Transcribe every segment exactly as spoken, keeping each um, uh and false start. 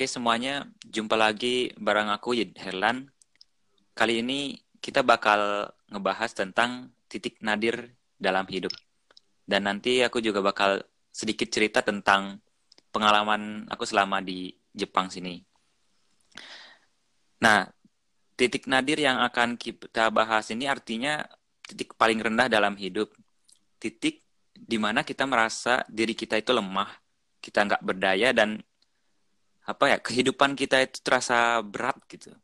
Oke semuanya, jumpa lagi bareng aku Yid Herlan. Kali ini kita bakal ngebahas tentang titik nadir dalam hidup. Dan nanti aku juga bakal sedikit cerita tentang pengalaman aku selama di Jepang sini. Nah, titik nadir yang akan kita bahas ini artinya titik paling rendah dalam hidup. Titik di mana kita merasa diri kita itu lemah, kita nggak berdaya dan apa ya kehidupan kita itu terasa berat gitu.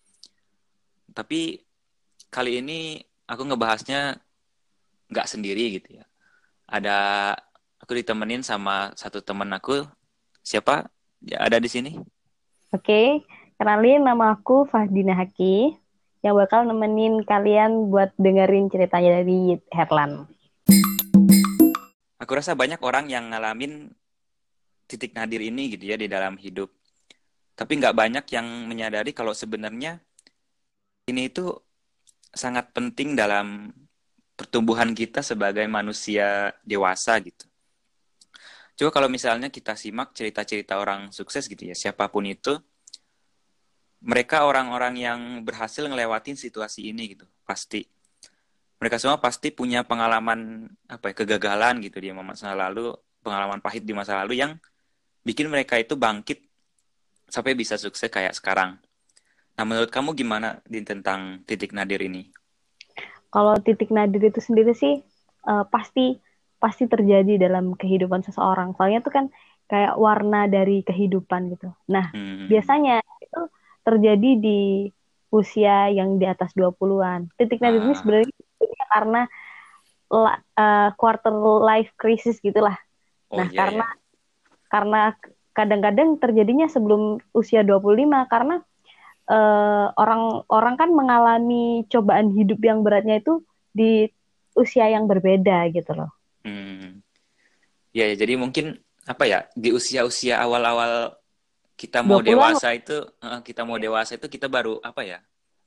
Tapi kali ini aku ngebahasnya nggak sendiri gitu ya. Ada aku ditemenin sama satu temen aku. Siapa? Ya, ada di sini. Oke, kenalin nama aku Fahdina Haki yang bakal nemenin kalian buat dengerin ceritanya dari Herlan. Aku rasa banyak orang yang ngalamin titik nadir ini gitu ya di dalam hidup. Tapi nggak banyak yang menyadari kalau sebenarnya ini itu sangat penting dalam pertumbuhan kita sebagai manusia dewasa gitu. Coba kalau misalnya kita simak cerita-cerita orang sukses gitu ya, siapapun itu, mereka orang-orang yang berhasil ngelewatin situasi ini gitu, pasti. Mereka semua pasti punya pengalaman apa ya, kegagalan gitu di masa lalu, pengalaman pahit di masa lalu yang bikin mereka itu bangkit sampai bisa sukses kayak sekarang. Nah, menurut kamu gimana di tentang titik nadir ini? Kalau titik nadir itu sendiri sih eh, pasti pasti terjadi dalam kehidupan seseorang. Soalnya itu kan kayak warna dari kehidupan gitu. Nah, Hmm, biasanya itu terjadi di usia yang di atas dua puluhan-an. Titik nadir ini ah, sebenarnya karena la- eh, quarter life crisis gitulah. oh Nah, iya karena ya. karena kadang-kadang terjadinya sebelum usia dua puluh lima karena eh, orang-orang kan mengalami cobaan hidup yang beratnya itu di usia yang berbeda gitu loh. Hmm, ya, ya, jadi mungkin apa ya di usia-usia awal-awal kita mau dua puluhan-an dewasa itu, eh, kita mau dewasa itu kita baru apa ya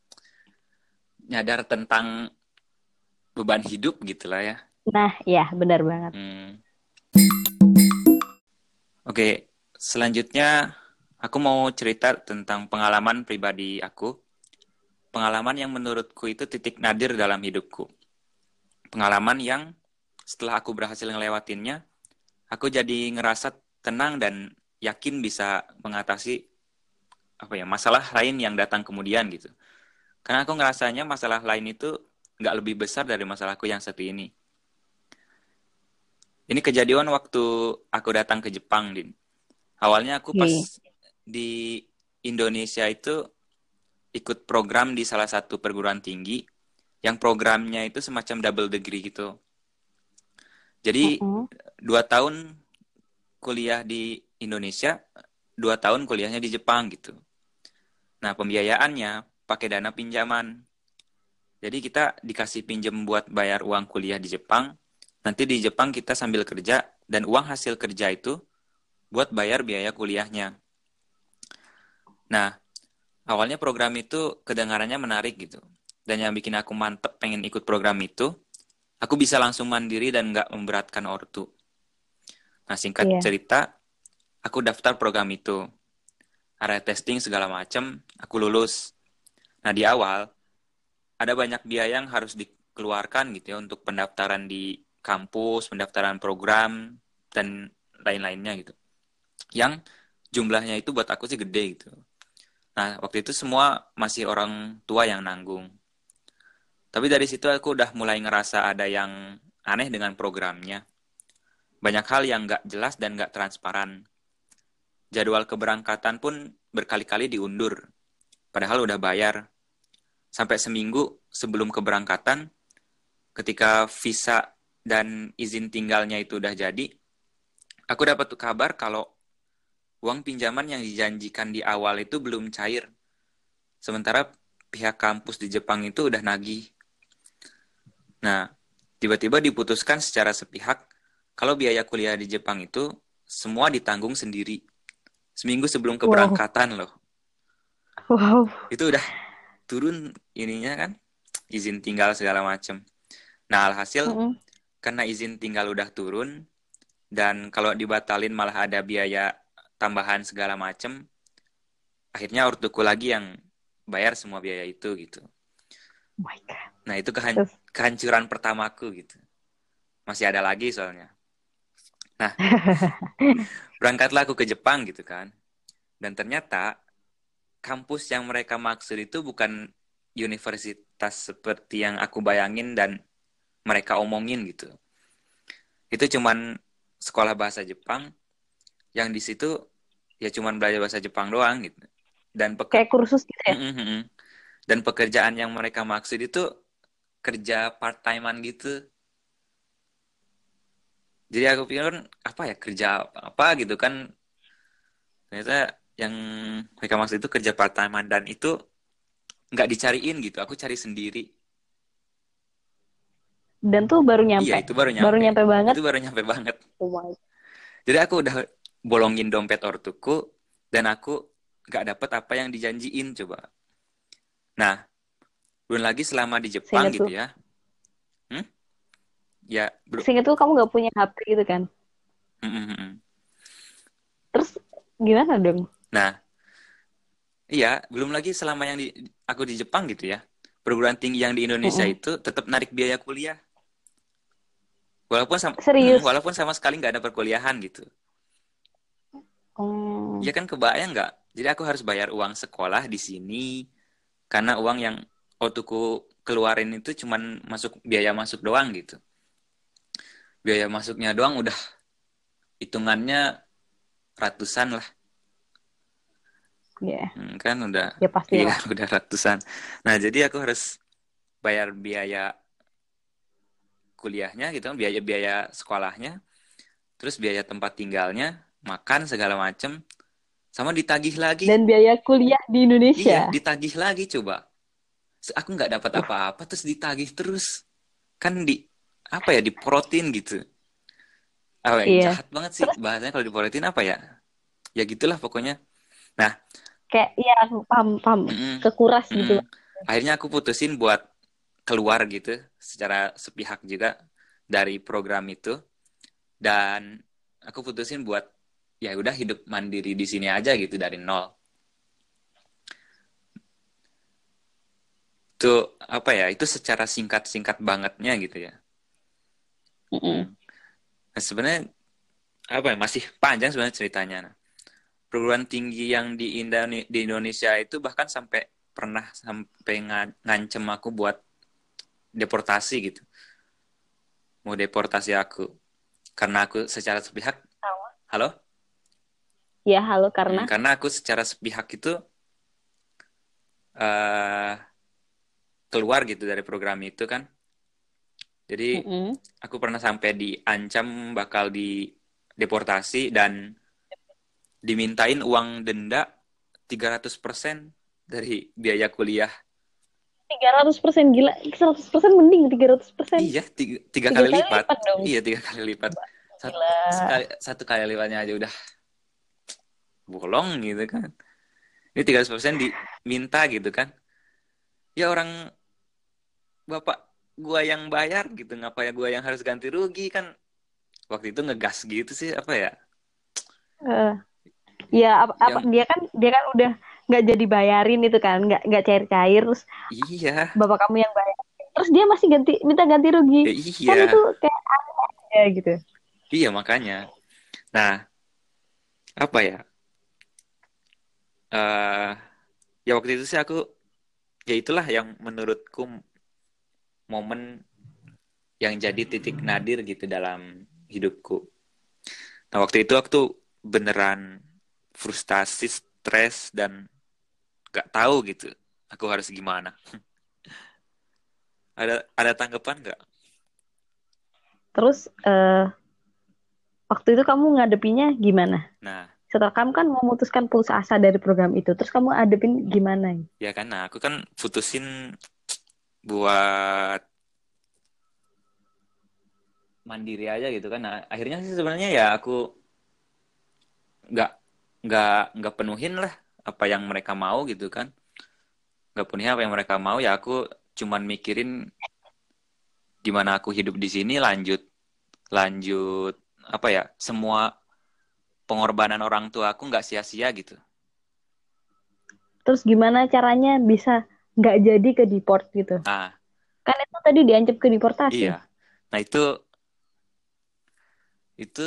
nyadar tentang beban hidup gitulah ya. nah ya benar banget. Hmm. Oke, selanjutnya aku mau cerita tentang pengalaman pribadi aku. Pengalaman yang menurutku itu titik nadir dalam hidupku. Pengalaman yang setelah aku berhasil ngelewatinnya, aku jadi ngerasa tenang dan yakin bisa mengatasi apa ya masalah lain yang datang kemudian gitu. Karena aku ngerasanya masalah lain itu nggak lebih besar dari masalahku yang satu ini. Ini kejadian waktu aku datang ke Jepang, Din. Awalnya aku pas Oke. di Indonesia itu ikut program di salah satu perguruan tinggi yang programnya itu semacam double degree gitu. Jadi Mm-mm. dua tahun kuliah di Indonesia, dua tahun kuliahnya di Jepang gitu. Nah pembiayaannya pakai dana pinjaman. Jadi kita dikasih pinjam buat bayar uang kuliah di Jepang. Nanti di Jepang kita sambil kerja dan uang hasil kerja itu buat bayar biaya kuliahnya. Nah, awalnya program itu kedengarannya menarik gitu. Dan yang bikin aku mantep pengen ikut program itu, aku bisa langsung mandiri dan nggak memberatkan ortu. Nah, singkat Iya. cerita, aku daftar program itu. Area testing segala macem, aku lulus. Nah, di awal, ada banyak biaya yang harus dikeluarkan gitu ya untuk pendaftaran di kampus, pendaftaran program, dan lain-lainnya gitu. Yang jumlahnya itu buat aku sih gede gitu. Nah, waktu itu semua masih orang tua yang nanggung. Tapi dari situ aku udah mulai ngerasa ada yang aneh dengan programnya. Banyak hal yang nggak jelas dan nggak transparan. Jadwal keberangkatan pun berkali-kali diundur, padahal udah bayar. Sampai seminggu sebelum keberangkatan, ketika visa dan izin tinggalnya itu udah jadi, aku dapat kabar kalau uang pinjaman yang dijanjikan di awal itu belum cair. Sementara pihak kampus di Jepang itu udah nagih. Nah, tiba-tiba diputuskan secara sepihak kalau biaya kuliah di Jepang itu semua ditanggung sendiri. Seminggu sebelum Wow. keberangkatan loh. Wow. Itu udah turun ininya kan, izin tinggal segala macem. Nah, alhasil Mm-mm. karena izin tinggal udah turun, dan kalau dibatalin malah ada biaya tambahan segala macem, akhirnya ortuku lagi yang bayar semua biaya itu gitu. Oh my God. Nah itu kehan- Terus, kehancuran pertamaku gitu. Masih ada lagi soalnya. Nah berangkatlah aku ke Jepang gitu kan. Dan ternyata kampus yang mereka maksud itu bukan universitas seperti yang aku bayangin dan mereka omongin gitu. Itu cuman sekolah bahasa Jepang yang di situ ya cuman belajar bahasa Jepang doang gitu. Dan peker kayak kursus gitu ya? Mm, mm, mm. Dan pekerjaan yang mereka maksud itu kerja part-timean gitu. Jadi aku pikir kan apa ya kerja apa gitu kan. Ternyata yang mereka maksud itu kerja part-timean dan itu nggak dicariin gitu. Aku cari sendiri. Dan tuh baru Iya nyampe. itu baru Baru nyampe. nyampe banget. Itu baru nyampe banget. Oh my. Jadi aku udah bolongin dompet ortuku dan aku nggak dapet apa yang dijanjiin coba. Nah, belum lagi selama di Jepang Seingat gitu tuh. ya. Hmm? Ya, bro. Seingat tuh kamu nggak punya H P gitu kan? Mm, mm, mm. Terus gimana dong? Nah, iya, belum lagi selama yang di aku di Jepang gitu ya. Perguruan tinggi yang di Indonesia Mm-mm. itu tetap narik biaya kuliah. Walaupun sama, mm, Serius? walaupun sama sekali nggak ada perkuliahan gitu. Hmm, Ya kan kebayang nggak? Jadi aku harus bayar uang sekolah di sini karena uang yang otuku keluarin itu cuman masuk biaya masuk doang gitu. Biaya masuknya doang udah hitungannya ratusan lah. ya, yeah. Hmm, kan udah Ya iya pastilah. udah ratusan. Nah, jadi aku harus bayar biaya kuliahnya gitu kan, biaya-biaya sekolahnya, terus biaya tempat tinggalnya, makan segala macem, sama ditagih lagi. Dan biaya kuliah di Iya, Indonesia. ditagih lagi coba. Aku nggak dapat Uh, apa-apa terus ditagih terus. Kan di apa ya, diporotin gitu. Ah, iya. jahat banget sih Terus bahasanya kalau diporotin apa ya? Ya gitulah pokoknya. Nah, kayak ya aku paham paham mm-mm, kekuras gitu. mm-mm. Akhirnya aku putusin buat keluar gitu secara sepihak juga dari program itu dan aku putusin buat ya udah hidup mandiri di sini aja gitu dari nol. Itu apa ya? Itu secara singkat-singkat bangetnya gitu ya. Mm-mm. Hmm. Nah, sebenarnya apa ya? Masih panjang sebenarnya ceritanya. Nah, perguruan tinggi yang di, Indone- di Indonesia itu bahkan sampai pernah sampai nga- ngancem aku buat deportasi gitu. Mau deportasi aku karena aku secara sepihak. Halo? Ya halo Hmm, karena. karena aku secara sepihak itu eh keluar gitu dari program itu kan. Jadi Mm-mm. aku pernah sampai diancam bakal di deportasi dan dimintain uang denda tiga ratus persen dari biaya kuliah. Tiga ratus persen gila. Seratus persen mending tiga ratus persen. Iya, tiga, tiga Tiga kali kali lipat. lipat dong. Iya, tiga kali lipat. Satu, Gila. sekali, satu kali lipatnya aja udah bolong gitu kan. Ini tiga ratus persen diminta gitu kan. Ya orang bapak gua yang bayar gitu, ngapain gua yang harus ganti rugi kan. Waktu itu ngegas gitu sih, apa ya. Eh, ya apa, apa Yang dia kan dia kan udah nggak jadi bayarin itu kan, nggak nggak cair-cair, terus iya, bapak kamu yang bayar, terus dia masih ganti minta ganti rugi, ya kan itu iya, kayak aneh aja gitu. iya makanya. Nah, apa ya? eh ya waktu itu sih aku, ya itulah yang menurutku momen yang jadi titik nadir gitu dalam hidupku. Nah, waktu itu aku tuh beneran frustasi, stres, dan gak tahu gitu aku harus gimana. Ada ada tanggapan nggak? Terus eh, waktu itu kamu ngadepinnya gimana? Nah, Setelah kamu kan memutuskan putus asa dari program itu, terus kamu ngadepin gimana? ya kan, nah aku kan putusin buat mandiri aja gitu kan. Nah, akhirnya sih sebenarnya ya aku nggak nggak nggak penuhin lah apa yang mereka mau gitu kan. Nggak penuhin apa yang mereka mau, ya aku cuman mikirin gimana aku hidup di sini, lanjut lanjut apa ya, semua pengorbanan orang tua aku nggak sia-sia gitu. terus gimana caranya bisa nggak jadi ke deport gitu. Nah, Kan itu tadi diancam ke deportasi. iya. Nah, itu itu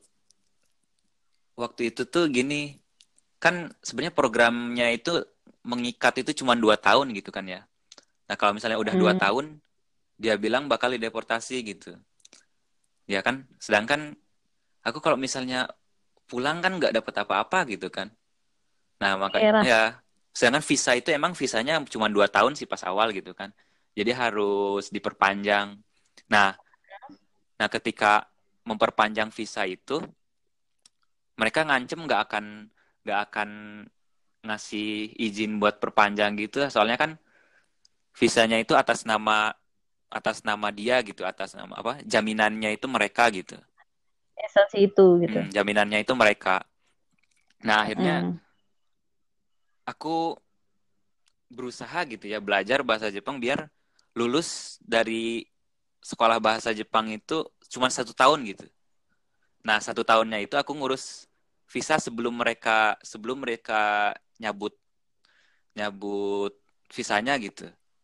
waktu itu tuh gini, kan sebenarnya programnya itu mengikat itu cuma dua tahun gitu kan ya. Nah, kalau misalnya udah dua Hmm, tahun, dia bilang bakal dideportasi gitu. Ya kan? Sedangkan aku kalau misalnya pulang kan nggak dapat apa-apa gitu kan. Nah, makanya iya lah. ya, sedangkan visa itu emang visanya cuma dua tahun sih pas awal gitu kan. Jadi harus diperpanjang. Nah, nah ketika memperpanjang visa itu, mereka ngancem nggak akan nggak akan ngasih izin buat perpanjang gitu, soalnya kan visanya itu atas nama atas nama dia gitu, atas nama apa? Jaminannya itu mereka gitu. Esensi itu gitu. Hmm, jaminannya itu mereka. Nah, akhirnya Hmm. aku berusaha gitu ya belajar bahasa Jepang biar lulus dari sekolah bahasa Jepang itu cuma satu tahun gitu. Nah, satu tahunnya itu aku ngurus visa sebelum mereka sebelum mereka nyabut nyabut visanya gitu.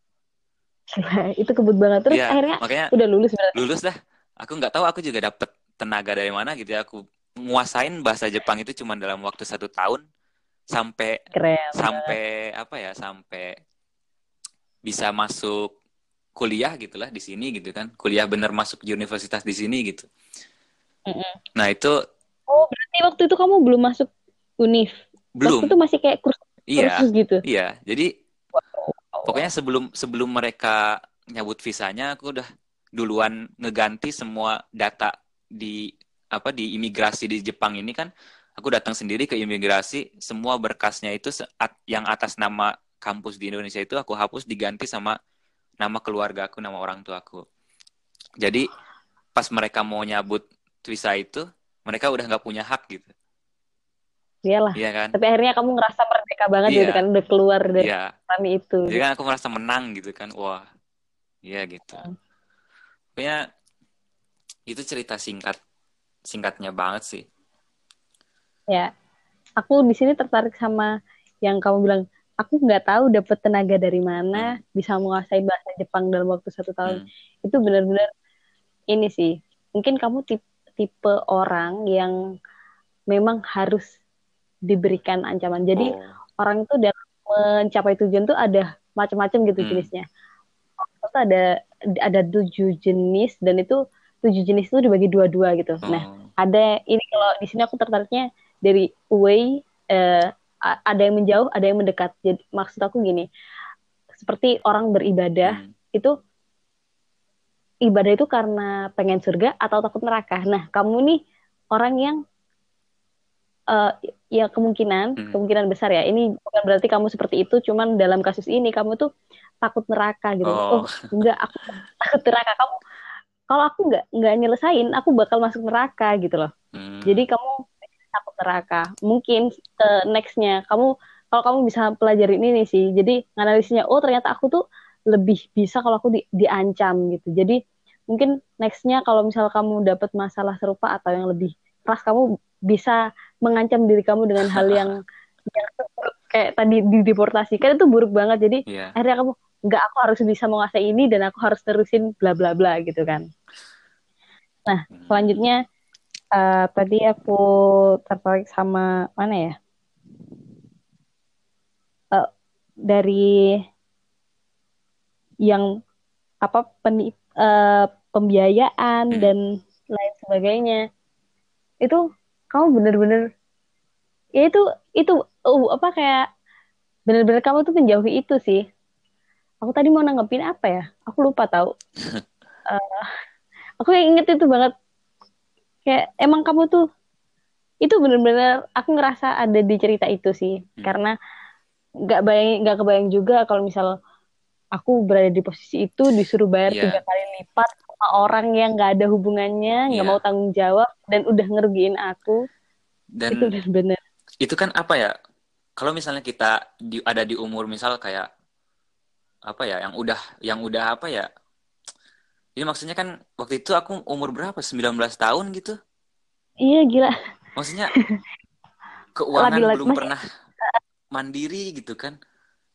Gila, itu kebut banget. Terus Iya, akhirnya makanya udah lulus berarti. lulus dah. Aku nggak tahu, aku juga dapet tenaga dari mana gitu ya. Aku nguasain bahasa Jepang itu cuma dalam waktu satu tahun sampai Keren banget. sampai apa ya sampai bisa masuk kuliah gitulah di sini gitu kan, kuliah bener masuk universitas di sini gitu. Mm-mm. Nah itu Oh, berarti waktu itu kamu belum masuk univ. Waktu belum, itu masih kayak kursus, iya, kursus gitu. iya. Jadi pokoknya Wow. sebelum sebelum mereka nyabut visanya, aku udah duluan ngeganti semua data di apa di imigrasi di Jepang ini kan. Aku datang sendiri ke imigrasi, semua berkasnya itu yang atas nama kampus di Indonesia itu aku hapus, diganti sama nama keluarga aku, nama orang tua aku. Jadi pas mereka mau nyabut visa itu, mereka udah nggak punya hak gitu. Iyalah. Iya kan? Tapi akhirnya kamu ngerasa merdeka banget gitu kan, Iya, udah keluar dari iya. kami itu. Jadi kan aku merasa menang gitu kan. Wah, iya gitu. Pokoknya itu cerita singkat, singkatnya banget sih. Ya, aku di sini tertarik sama yang kamu bilang. Aku nggak tahu dapat tenaga dari Hmm, mana bisa menguasai bahasa Jepang dalam waktu satu tahun. hmm. Itu benar-benar ini sih. Mungkin kamu tipe, tipe orang yang memang harus diberikan ancaman. Jadi Oh, orang itu dalam mencapai tujuan tuh ada macam-macam gitu hmm. jenisnya. Itu ada ada tujuh jenis dan itu tujuh jenis itu dibagi dua-dua gitu. Nah, Oh, ada ini kalau di sini aku tertariknya dari away eh, ada yang menjauh, ada yang mendekat. Jadi maksud aku gini, seperti orang beribadah hmm. itu ibadah itu karena pengen surga atau takut neraka. Nah, kamu nih orang yang uh, ya kemungkinan Hmm. kemungkinan besar ya ini bukan berarti kamu seperti itu cuman dalam kasus ini kamu tuh takut neraka gitu oh Oh, enggak aku takut neraka kamu kalau aku nggak nggak nyelesain aku bakal masuk neraka gitu loh jadi hmm. kamu takut neraka mungkin uh, nextnya kamu kalau kamu bisa pelajari ini nih sih jadi analisisnya oh ternyata aku tuh lebih bisa kalau aku di, diancam gitu jadi mungkin nextnya kalau misal kamu dapat masalah serupa atau yang lebih keras kamu bisa mengancam diri kamu dengan hal yang, yang kayak tadi dideportasi kan itu buruk banget jadi Iya. akhirnya kamu nggak aku harus bisa menguasai ini dan aku harus terusin bla bla bla gitu kan nah Hmm. selanjutnya uh, tadi aku tertarik sama mana ya uh, dari yang apa peni, uh, pembiayaan Hmm. dan lain sebagainya itu kamu bener-bener ya itu itu uh, apa kayak bener-bener kamu tuh menjauhi itu sih aku tadi mau nanggepin apa ya aku lupa tahu uh, aku yang inget itu banget kayak emang kamu tuh itu bener-bener aku ngerasa ada di cerita itu sih Hmm. karena nggak bayang nggak kebayang juga kalau misal aku berada di posisi itu disuruh bayar tiga Iya, kali lipat sama orang yang nggak ada hubungannya nggak mau iya. tanggung jawab dan udah ngerugiin aku itu Dan bener-bener itu kan apa ya? Kalau misalnya kita di, ada di umur misal kayak apa ya, yang udah yang udah apa ya? Jadi maksudnya kan waktu itu aku umur berapa? sembilan belas tahun gitu. iya gila Maksudnya keuangan lagi-lagi belum masih pernah mandiri gitu kan.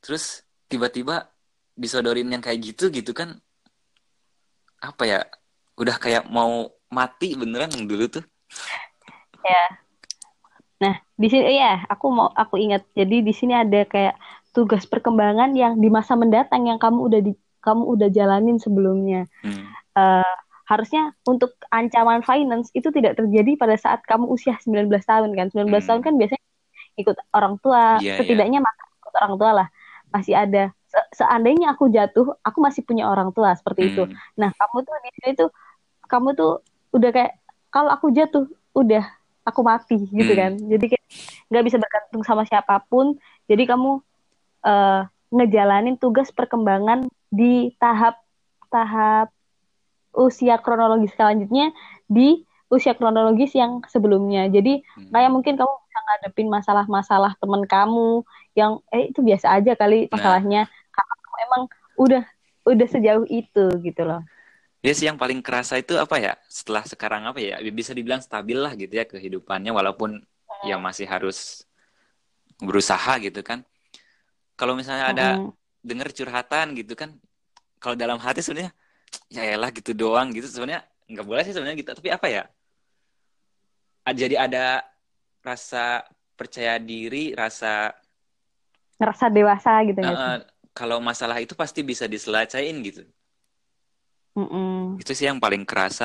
Terus tiba-tiba disodorin yang kayak gitu gitu kan, apa ya, udah kayak mau mati beneran yang dulu tuh. Ya. Nah, di sini ya, aku mau aku ingat. Jadi di sini ada kayak tugas perkembangan yang di masa mendatang yang kamu udah di kamu udah jalanin sebelumnya. Hmm. Uh, harusnya untuk ancaman finance itu tidak terjadi pada saat kamu usia sembilan belas tahun kan. sembilan belas tahun Hmm. kan biasanya ikut orang tua, Iya, iya. setidaknya masih ikut orang tua lah. Masih ada. Se- seandainya aku jatuh, aku masih punya orang tua seperti itu. Hmm. Nah, kamu tuh di sini tuh kamu tuh udah kayak kalau aku jatuh, udah aku mati gitu Hmm. kan. Jadi kayak nggak bisa bergantung sama siapapun. Jadi kamu uh, ngejalanin tugas perkembangan di tahap tahap usia kronologis selanjutnya di usia kronologis yang sebelumnya. Jadi kayak Hmm. mungkin kamu bisa ngadepin masalah-masalah teman kamu yang eh itu biasa aja kali Nah, masalahnya. Karena kamu emang udah udah sejauh itu gitu loh. dia sih yang paling kerasa itu apa ya? Setelah sekarang apa ya? Bisa dibilang stabil lah gitu ya kehidupannya, walaupun ya masih harus berusaha gitu kan. Kalau misalnya ada Mm-mm. denger curhatan gitu kan, kalau dalam hati sebenarnya ya elah gitu doang gitu, sebenarnya nggak boleh sih sebenarnya gitu. Tapi apa ya? Jadi ada rasa percaya diri, rasa Ngerasa dewasa gitu eh, nggak eh, sih? kalau masalah itu pasti bisa diselesaikan gitu. Mm-mm. Itu sih yang paling kerasa.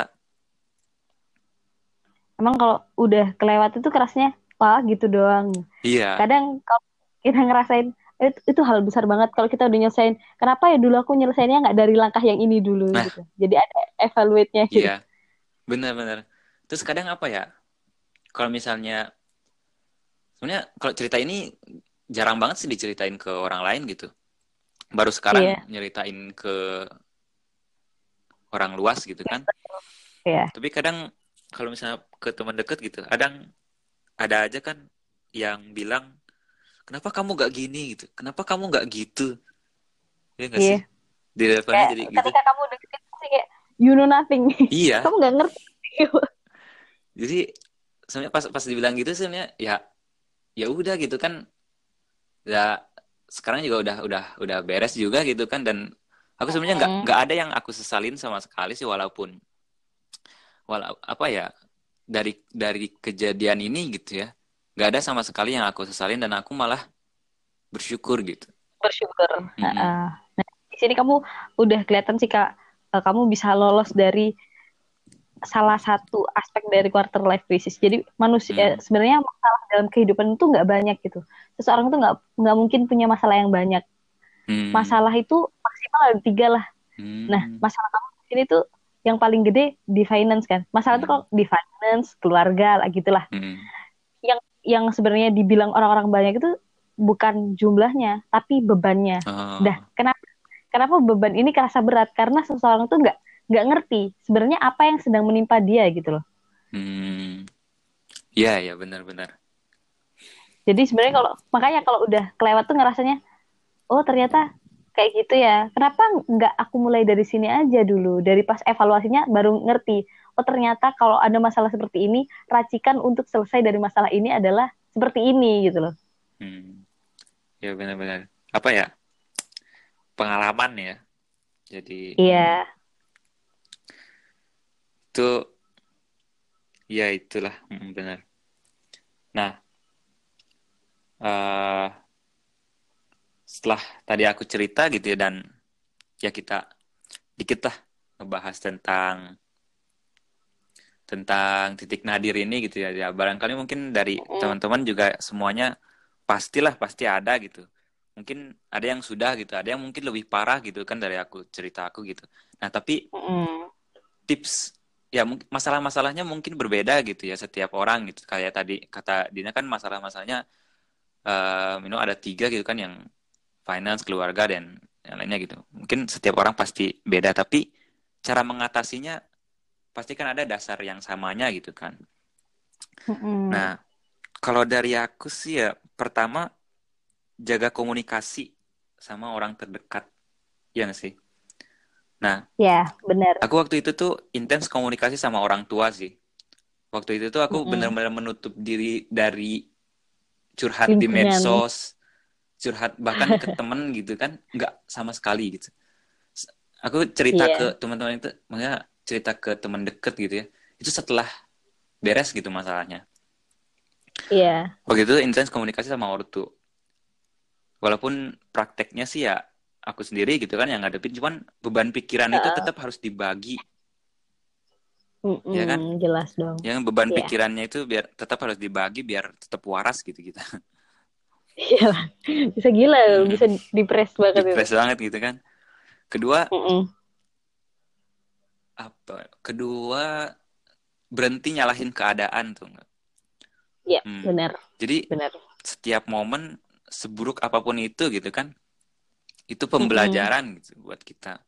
Emang kalau udah kelewat itu kerasnya wah gitu doang. Iya. Kadang kalau kita ngerasain itu, itu hal besar banget kalau kita udah nyelesain. Kenapa ya dulu aku nyelesainnya nggak dari langkah yang ini dulu Nah, gitu. Jadi ada evaluate-nya gitu. iya, benar-benar. Terus kadang apa ya? Kalau misalnya sebenarnya kalau cerita ini jarang banget sih diceritain ke orang lain gitu. Baru sekarang Iya, nyeritain ke orang luas gitu kan. iya. Tapi kadang kalau misalnya ke teman deket gitu, kadang ada aja kan yang bilang, kenapa kamu gak gini gitu? Kenapa kamu gak gitu? Ya gak Iya. sih? Di levelnya Kayak jadi gitu. ketika kamu udah gitu pasti kayak you know nothing. Iya. Kamu nggak ngerti. Jadi sebenarnya pas pas dibilang gitu sebenarnya ya ya udah gitu kan. Ya sekarang juga udah udah udah beres juga gitu kan, dan aku sebenarnya nggak Mm. nggak ada yang aku sesalin sama sekali sih, walaupun walau apa ya, dari dari kejadian ini gitu ya, nggak ada sama sekali yang aku sesalin dan aku malah bersyukur gitu. Bersyukur. Mm-mm. Heeh. Di sini kamu udah kelihatan sih Kak, eh, kamu bisa lolos dari salah satu aspek dari quarter life crisis. Jadi manusia eh, Mm. sebenarnya masalah dalam kehidupan itu nggak banyak gitu. Seseorang itu nggak nggak mungkin punya masalah yang banyak. Mm. Masalah itu maksimal ada tiga lah. Nah, Mm. masalah kamu di sini tuh yang paling gede di finance kan. Masalah itu Mm. kalau di finance, keluarga lah gitulah. Mm. Yang yang sebenarnya dibilang orang-orang banyak itu bukan jumlahnya, tapi bebannya. Dah, Oh. kenapa kenapa beban ini kerasa berat? Karena seseorang tuh nggak nggak ngerti sebenarnya apa yang sedang menimpa dia gitu loh. Mm. Ya, ya, benar-benar. Jadi sebenarnya kalau makanya kalau udah kelewat tuh ngerasanya, oh ternyata kayak gitu ya. Kenapa nggak aku mulai dari sini aja dulu? Dari pas evaluasinya baru ngerti. Oh ternyata kalau ada masalah seperti ini, racikan untuk selesai dari masalah ini adalah seperti ini gitu loh. Mm. Ya, benar-benar. Apa ya? Pengalaman ya. Jadi Iya. itu ya itulah. Mm, benar. Nah, eh setelah tadi aku cerita gitu ya, dan ya kita dikit lah ngebahas tentang tentang titik nadir ini gitu ya. Ya barangkali mungkin dari Mm, teman-teman juga semuanya pastilah pasti ada gitu. Mungkin ada yang sudah gitu, ada yang mungkin lebih parah gitu kan dari aku cerita aku gitu. Nah, tapi mm, tips ya mungkin masalah-masalahnya mungkin berbeda gitu ya setiap orang gitu. Kayak tadi kata Dina kan masalah-masalahnya eh you know, ada tiga gitu kan, yang finance, keluarga, dan yang lainnya gitu. Mungkin setiap orang pasti beda, tapi cara mengatasinya pasti kan ada dasar yang samanya gitu kan. mm. Nah, kalau dari aku sih ya, pertama jaga komunikasi sama orang terdekat, ya nggak sih? Nah, Ya, benar. aku waktu itu tuh intens komunikasi sama orang tua sih. Waktu itu tuh aku Mm-mm. benar-benar menutup diri dari curhat di Lingkungan. medsos, curhat bahkan ke temen gitu kan nggak sama sekali gitu. Aku cerita Iya, ke teman-teman itu, maksudnya cerita ke teman deket gitu ya, itu setelah beres gitu masalahnya. iya. Waktu itu intens komunikasi sama ortu. Walaupun prakteknya sih ya aku sendiri gitu kan yang ngadepin, cuman beban pikiran itu Heeh. tetap harus dibagi, ya kan? Mm-mm, jelas dong. Yang beban Iya, pikirannya itu biar tetap harus dibagi biar tetap waras gitu kita. iya. Bisa gila, Mm-mm. bisa depres banget itu. Depres banget gitu kan. Kedua Mm-mm. apa? Kedua berhenti nyalahin keadaan tuh. Iya, Hmm. benar, Jadi benar. setiap momen seburuk apapun itu gitu kan, itu Mm-mm. pembelajaran gitu buat kita.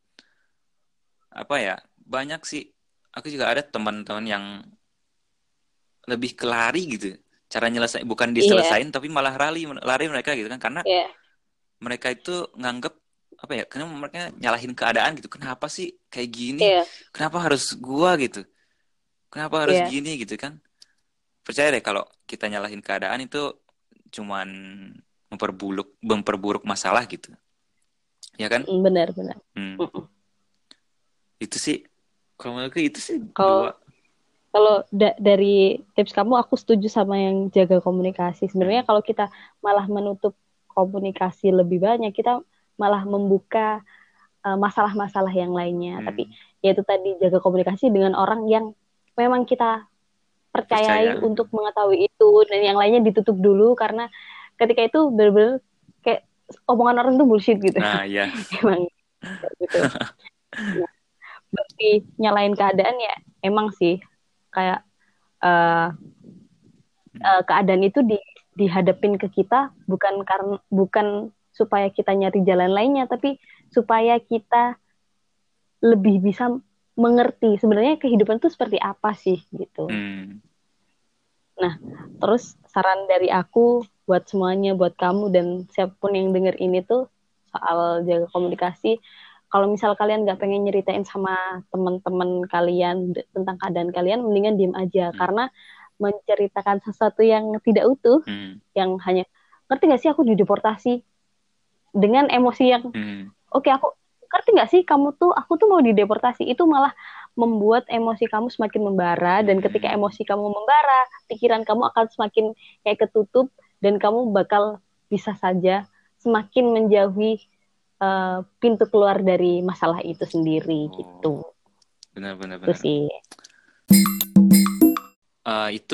Apa ya? Banyak sih. Aku juga ada teman-teman yang lebih ke lari gitu. Cara nyelesain bukan Iya, diselesain tapi malah lari lari mereka gitu kan karena iya, mereka itu nganggep apa ya? Karena mereka nyalahin keadaan gitu. Kenapa sih kayak gini? iya, Kenapa harus gua gitu? Kenapa harus iya. gini gitu kan? Percaya deh kalau kita nyalahin keadaan itu cuman memperburuk memperburuk masalah gitu. Ya kan? Mm, benar, benar. Hmm. Mm-mm. Itu sih kalau menurutku itu sih dua. Kalau kalau da- dari tips kamu, aku setuju sama yang jaga komunikasi. Hmm. Sebenarnya kalau kita malah menutup komunikasi lebih banyak, kita malah membuka uh, masalah-masalah yang lainnya. Tapi Hmm. yaitu tadi jaga komunikasi dengan orang yang memang kita percayai Percaya. untuk mengetahui itu, dan yang lainnya ditutup dulu karena ketika itu benar-benar kayak omongan orang itu bullshit gitu. Nah, ya. Emang kayak gitu. Nah, berarti nyalain keadaan ya emang sih kayak uh, Hmm. uh, keadaan itu di, dihadapin ke kita bukan karena bukan supaya kita nyari jalan lainnya, tapi supaya kita lebih bisa mengerti sebenarnya kehidupan itu seperti apa sih gitu. Hmm. Nah, terus saran dari aku buat semuanya, buat kamu dan siapapun yang denger ini tuh soal jaga komunikasi. Kalau misal kalian nggak pengen nyeritain sama teman-teman kalian tentang keadaan kalian, mendingan diem aja. Hmm. Karena menceritakan sesuatu yang tidak utuh, Hmm. yang hanya, ngerti nggak sih aku dideportasi, dengan emosi yang Hmm. oke okay, aku ngerti nggak sih kamu tuh aku tuh mau dideportasi, itu malah membuat emosi kamu semakin membara, dan ketika Hmm. emosi kamu membara pikiran kamu akan semakin kayak ketutup, dan kamu bakal bisa saja semakin menjauhi uh, pintu keluar dari masalah itu sendiri Oh, gitu. benar benar Itu benar. sih. Eh, itu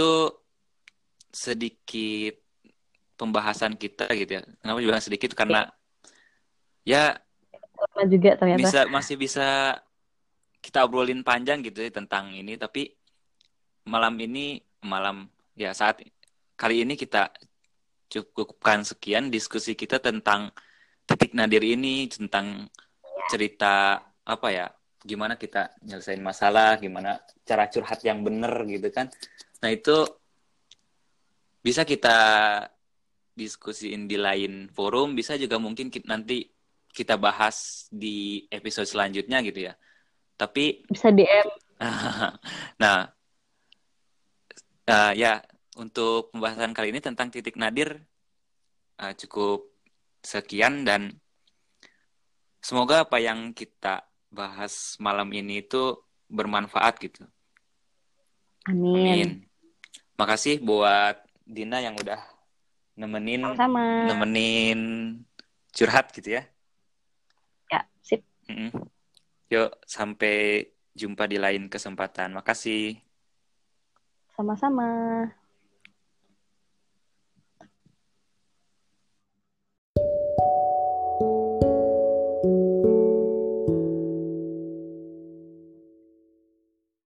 sedikit pembahasan kita gitu ya. Kenapa juga sedikit Ya, karena ya lama juga ternyata. bisa masih bisa kita obrolin panjang gitu ya tentang ini, tapi malam ini malam ya saat kali ini kita cukupkan sekian diskusi kita tentang titik nadir ini, tentang cerita apa ya, gimana kita nyelesain masalah, gimana cara curhat yang bener gitu kan. Nah itu bisa kita diskusiin di lain forum, bisa juga mungkin kita, nanti kita bahas di episode selanjutnya gitu ya. Tapi Bisa D M. nah uh, ya untuk pembahasan kali ini tentang titik nadir uh, cukup sekian dan semoga apa yang kita bahas malam ini itu bermanfaat gitu. Amin. Amin. Makasih buat Dina yang udah nemenin Sama-sama. nemenin curhat gitu ya. Ya, sip. Mm-mm. Yuk sampai jumpa di lain kesempatan. Makasih. Sama-sama.